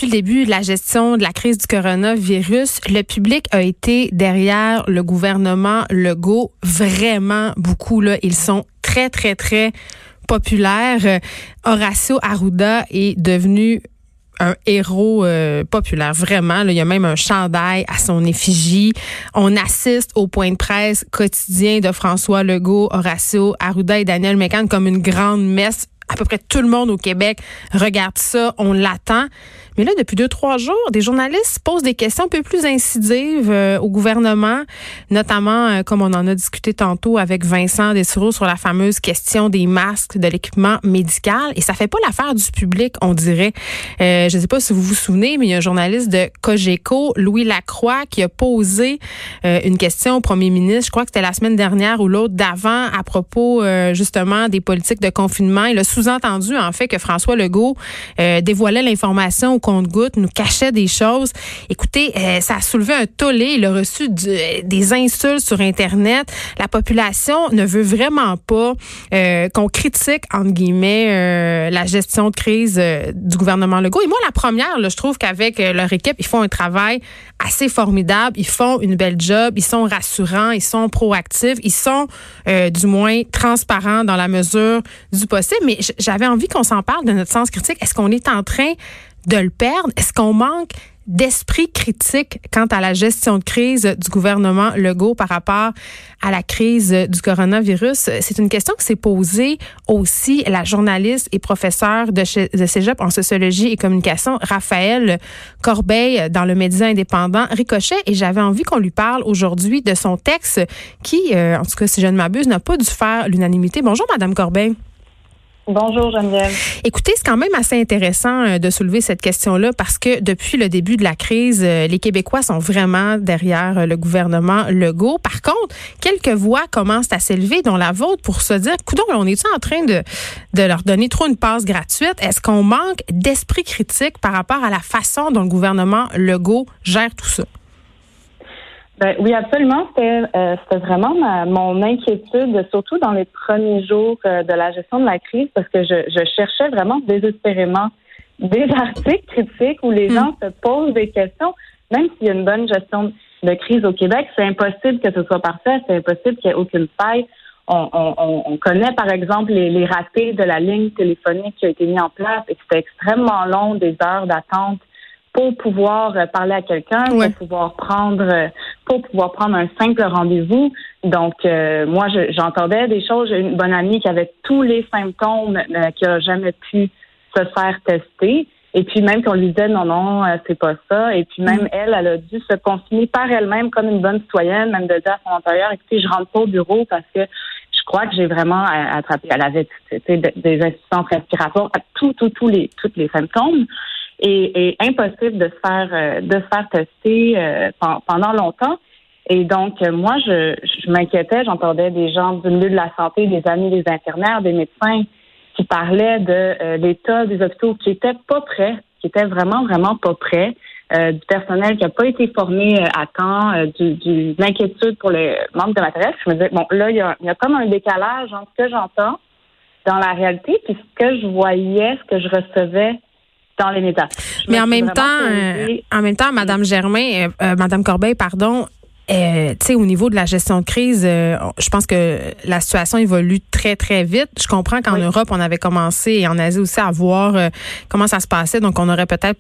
depuis le début de la gestion de la crise du coronavirus, le public a été derrière le gouvernement Legault vraiment beaucoup. Là. Ils sont très, très, très populaires. Horacio Arruda est devenu un héros populaire, vraiment. Là, il y a même un chandail à son effigie. On assiste au point de presse quotidien de François Legault, Horacio Arruda et Daniel Mécan comme une grande messe. À peu près tout le monde au Québec regarde ça, on l'attend. Mais là, depuis 2-3 jours, des journalistes posent des questions un peu plus incisives au gouvernement, notamment, comme on en a discuté tantôt avec Vincent Dessureau sur la fameuse question des masques, de l'équipement médical. Et ça fait pas l'affaire du public, on dirait. Je ne sais pas si vous vous souvenez, mais il y a un journaliste de Cogeco, Louis Lacroix, qui a posé une question au premier ministre, je crois que c'était la semaine dernière ou l'autre d'avant, à propos justement des politiques de confinement. Il a sous-entendu, en fait, que François Legault dévoilait l'information au compte-gouttes, nous cachait des choses. Écoutez, ça a soulevé un tollé. Il a reçu des insultes sur Internet. La population ne veut vraiment pas qu'on critique, entre guillemets, la gestion de crise du gouvernement Legault. Et moi, la première, là, je trouve qu'avec leur équipe, ils font un travail assez formidable. Ils font une belle job. Ils sont rassurants. Ils sont proactifs. Ils sont, du moins, transparents dans la mesure du possible. Mais j'avais envie qu'on s'en parle de notre sens critique. Est-ce qu'on est en train de le perdre? Est-ce qu'on manque d'esprit critique quant à la gestion de crise du gouvernement Legault par rapport à la crise du coronavirus? C'est une question que s'est posée aussi la journaliste et professeure de cégep en sociologie et communication, Raphaël Corbeil, dans le média indépendant Ricochet. Et j'avais envie qu'on lui parle aujourd'hui de son texte qui, en tout cas, si je ne m'abuse, n'a pas dû faire l'unanimité. Bonjour, Madame Corbeil. Bonjour Geneviève. Écoutez, c'est quand même assez intéressant de soulever cette question-là parce que depuis le début de la crise, les Québécois sont vraiment derrière le gouvernement Legault. Par contre, quelques voix commencent à s'élever, dont la vôtre, pour se dire, coudonc, on est-tu en train de leur donner trop une passe gratuite? Est-ce qu'on manque d'esprit critique par rapport à la façon dont le gouvernement Legault gère tout ça? Ben, oui, absolument. C'était vraiment mon inquiétude, surtout dans les premiers jours de la gestion de la crise, parce que je cherchais vraiment désespérément des articles critiques où les gens se posent des questions. Même s'il y a une bonne gestion de crise au Québec, c'est impossible que ce soit parfait, c'est impossible qu'il n'y ait aucune faille. On connaît, par exemple, les ratés de la ligne téléphonique qui a été mise en place et c'était extrêmement long, des heures d'attente pour pouvoir parler à quelqu'un, pour pouvoir prendre un simple rendez-vous. Donc, moi, j'entendais des choses. J'ai une bonne amie qui avait tous les symptômes, qui a jamais pu se faire tester. Et puis même qu'on lui disait non, c'est pas ça. Et puis même elle a dû se confiner par elle-même comme une bonne citoyenne, même de dire à son employeur, écoutez, je rentre pas au bureau parce que je crois que j'ai vraiment attrapé. Elle avait des insuffisances respiratoires, tous les symptômes. Et impossible de se faire tester pendant longtemps. Et donc, moi, je m'inquiétais. J'entendais des gens du milieu de la santé, des amis des infirmières, des médecins qui parlaient de l'état des hôpitaux qui étaient pas prêts, qui étaient vraiment, vraiment pas prêts, du personnel qui n'a pas été formé à temps, de l'inquiétude pour le manque de matériel. Je me disais, bon, là, il y a comme un décalage entre ce que j'entends dans la réalité puis ce que je voyais, ce que je recevais dans les médias. Mais en même temps, Madame Germain, Madame Corbeil, pardon, tu sais, au niveau de la gestion de crise, je pense que la situation évolue très, très vite. Je comprends qu'en Europe, on avait commencé et en Asie aussi à voir comment ça se passait. Donc, on aurait peut-être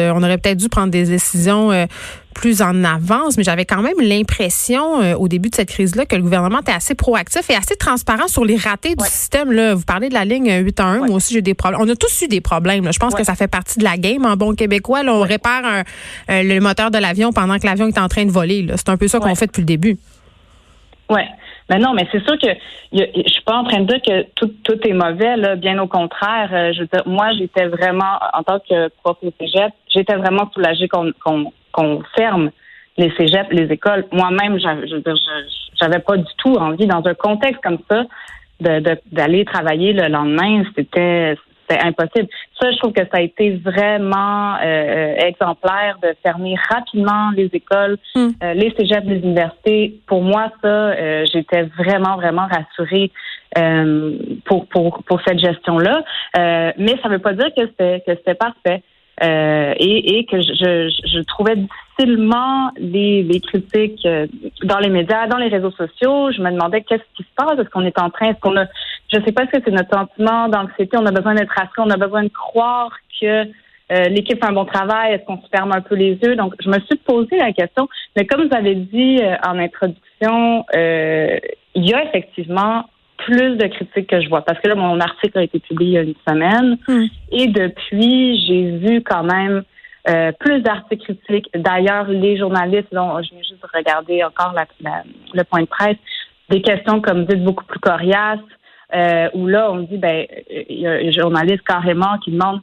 dû prendre des décisions plus en avance, mais j'avais quand même l'impression au début de cette crise-là que le gouvernement était assez proactif et assez transparent sur les ratés du système. Là. Vous parlez de la ligne 811, moi aussi j'ai des problèmes. On a tous eu des problèmes. Là. Je pense que ça fait partie de la game en bon québécois. Là, on répare le moteur de l'avion pendant que l'avion est en train de voler. Là. C'est un peu ça qu'on fait depuis le début. Oui. Mais non, mais c'est sûr que je suis pas en train de dire que tout est mauvais, là, bien au contraire. Je veux dire, moi, j'étais vraiment, en tant que prof au cégep, j'étais vraiment soulagée qu'on ferme les cégeps, les écoles. Moi-même, j'avais pas du tout envie, dans un contexte comme ça, d'aller travailler le lendemain. C'était impossible. Ça, je trouve que ça a été vraiment exemplaire de fermer rapidement les écoles, les cégeps, les universités. Pour moi, ça, j'étais vraiment, vraiment rassurée pour cette gestion-là. Mais ça veut pas dire que c'était parfait. et que je trouvais difficilement les critiques dans les médias, dans les réseaux sociaux. Je me demandais qu'est-ce qui se passe, je sais pas si c'est notre sentiment d'anxiété, on a besoin d'être rassuré, on a besoin de croire que l'équipe fait un bon travail, est-ce qu'on se ferme un peu les yeux? Donc, je me suis posé la question, mais comme vous avez dit en introduction, il y a effectivement plus de critiques que je vois. Parce que là, mon article a été publié il y a une semaine et depuis, j'ai vu quand même plus d'articles critiques. D'ailleurs, les journalistes, là, je viens juste de regarder encore le point de presse, des questions, comme vous dites, beaucoup plus coriaces, où là, on dit, il y a un journaliste carrément qui demande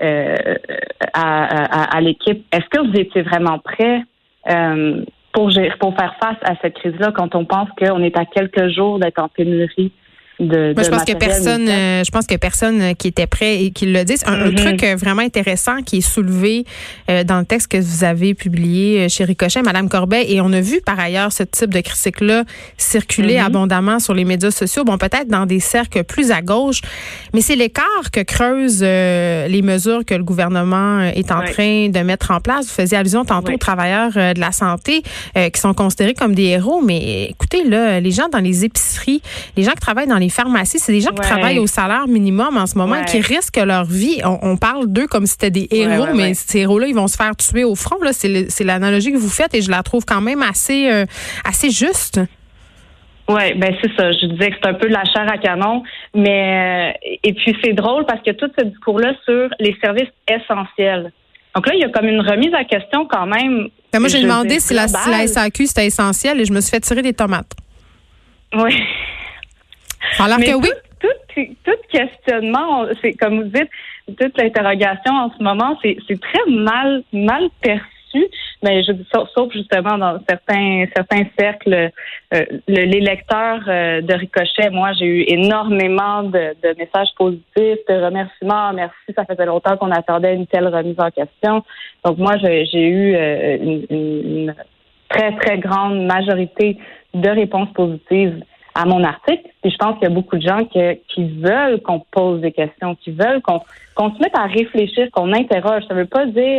à l'équipe, est-ce que vous étiez vraiment prêt pour faire face à cette crise-là quand on pense qu'on est à quelques jours d'être en pénurie de Moi, je pense que matériel personne qui était prêt et qui le dit. Un truc vraiment intéressant qui est soulevé dans le texte que vous avez publié chez Ricochet, Madame Corbet, et on a vu par ailleurs ce type de critique-là circuler abondamment sur les médias sociaux. Bon, peut-être dans des cercles plus à gauche, mais c'est l'écart que creusent les mesures que le gouvernement est en train de mettre en place. Vous faisiez allusion tantôt aux travailleurs de la santé qui sont considérés comme des héros, mais écoutez, là, les gens dans les épiceries, les gens qui travaillent dans les pharmacies, c'est des gens qui travaillent au salaire minimum en ce moment et qui risquent leur vie. On parle d'eux comme si c'était des héros, mais ces héros-là, ils vont se faire tuer au front. Là, c'est l'analogie que vous faites et je la trouve quand même assez juste. Oui, c'est ça. Je disais que c'est un peu de la chair à canon, mais et puis c'est drôle parce que tout ce discours-là sur les services essentiels. Donc là, il y a comme une remise en question quand même. Moi, j'ai demandé si la SAQ c'était essentiel et je me suis fait tirer des tomates. Oui. Alors que oui. Tout questionnement, c'est comme vous dites, toute l'interrogation en ce moment, c'est très mal perçu. Mais je dis sauf justement dans certains cercles, les lecteurs de Ricochet. Moi, j'ai eu énormément de messages positifs, de remerciements. Merci, ça faisait longtemps qu'on attendait une telle remise en question. Donc moi, j'ai eu une très très grande majorité de réponses positives à mon article. Puis je pense qu'il y a beaucoup de gens qui veulent qu'on pose des questions, qui veulent qu'on se mette à réfléchir, qu'on interroge. Ça veut pas dire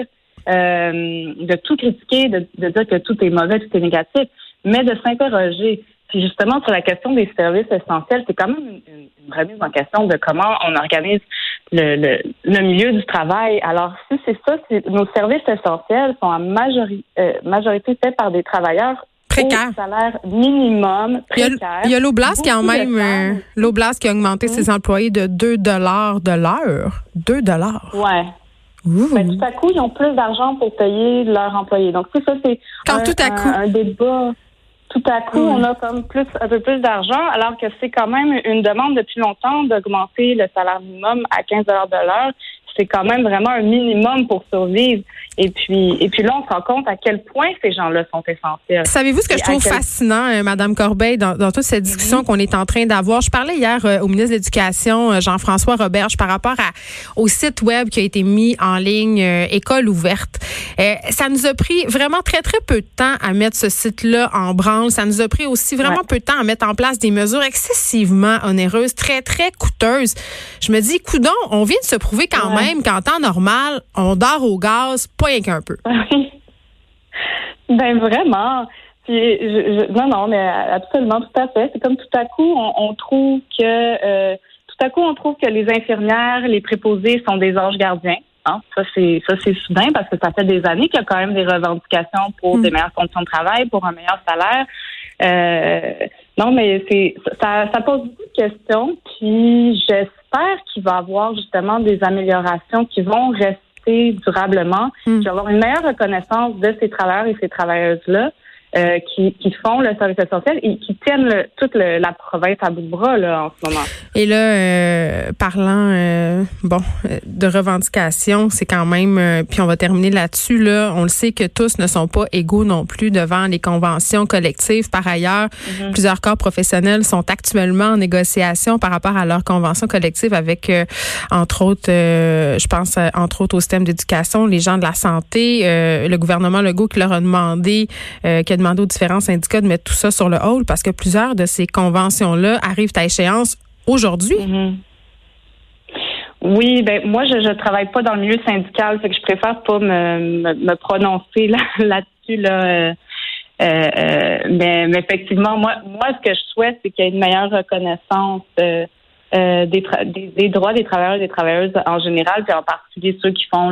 de tout critiquer, de dire que tout est mauvais, tout est négatif, mais de s'interroger. Puis justement, sur la question des services essentiels, c'est quand même une remise en question de comment on organise le milieu du travail. Alors, si c'est ça, nos services essentiels sont en majorité faits par des travailleurs précaire. Au salaire minimum précaire. Il y a l'Oblast qui a l'Oblast qui a augmenté ses employés de 2 $ de l'heure. 2 $. Ouais. Tout à coup, ils ont plus d'argent pour payer leurs employés. Donc, ça, c'est un débat. Tout à coup, on a comme un peu plus d'argent, alors que c'est quand même une demande depuis longtemps d'augmenter le salaire minimum à 15 $ de l'heure. C'est quand même vraiment un minimum pour survivre. Et puis là, on se rend compte à quel point ces gens-là sont essentiels. Savez-vous ce que je trouve fascinant, Madame Corbeil, dans toute cette discussion qu'on est en train d'avoir? Je parlais hier au ministre de l'Éducation, Jean-François Roberge, par rapport au site web qui a été mis en ligne, École ouverte. Ça nous a pris vraiment très, très peu de temps à mettre ce site-là en branle. Ça nous a pris aussi vraiment peu de temps à mettre en place des mesures excessivement onéreuses, très, très coûteuses. Je me dis, coudonc, on vient de se prouver quand même qu'en temps normal, on dort au gaz, pas rien qu'un peu. Vraiment. Puis, non, mais absolument, tout à fait. C'est comme tout à coup, on trouve que les infirmières, les préposés sont des anges gardiens. Hein? Ça, c'est soudain parce que ça fait des années qu'il y a quand même des revendications pour des meilleures conditions de travail, pour un meilleur salaire. Non, mais ça pose beaucoup de questions. Puis j'espère qu'il va y avoir justement des améliorations qui vont rester durablement. Qu'il va y avoir une meilleure reconnaissance de ces travailleurs et ces travailleuses-là qui font le service essentiel et qui tiennent toute la province à bout de bras là, en ce moment. Et là, parlant de revendications, c'est quand même, puis on va terminer là-dessus, là, on le sait que tous ne sont pas égaux non plus devant les conventions collectives. Par ailleurs, plusieurs corps professionnels sont actuellement en négociation par rapport à leurs conventions collectives avec, entre autres, je pense, entre autres au système d'éducation, les gens de la santé, le gouvernement Legault qui leur a demandé, qui a demandé aux différents syndicats de mettre tout ça sur le hold parce que plusieurs de ces conventions-là arrivent à échéance aujourd'hui. Oui, moi je travaille pas dans le milieu syndical, fait que je préfère pas me prononcer là-dessus là. Mais effectivement, moi ce que je souhaite, c'est qu'il y ait une meilleure reconnaissance des droits des travailleurs et des travailleuses en général, puis en particulier ceux qui font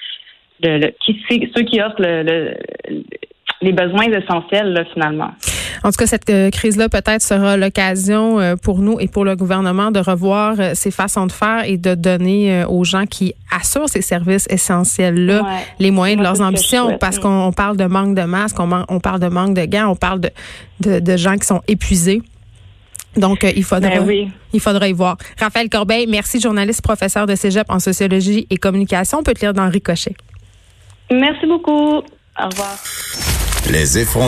ceux qui offrent les besoins essentiels là, finalement. En tout cas, cette crise-là peut-être sera l'occasion pour nous et pour le gouvernement de revoir ces façons de faire et de donner aux gens qui assurent ces services essentiels-là les moyens de leurs ambitions, parce qu'on parle de manque de masques, on parle de manque de gants, on parle de gens qui sont épuisés. Donc, il faudra y voir. Raphaël Corbeil, merci, journaliste, professeur de cégep en sociologie et communication. On peut te lire dans Ricochet. Merci beaucoup. Au revoir. Les effrontés.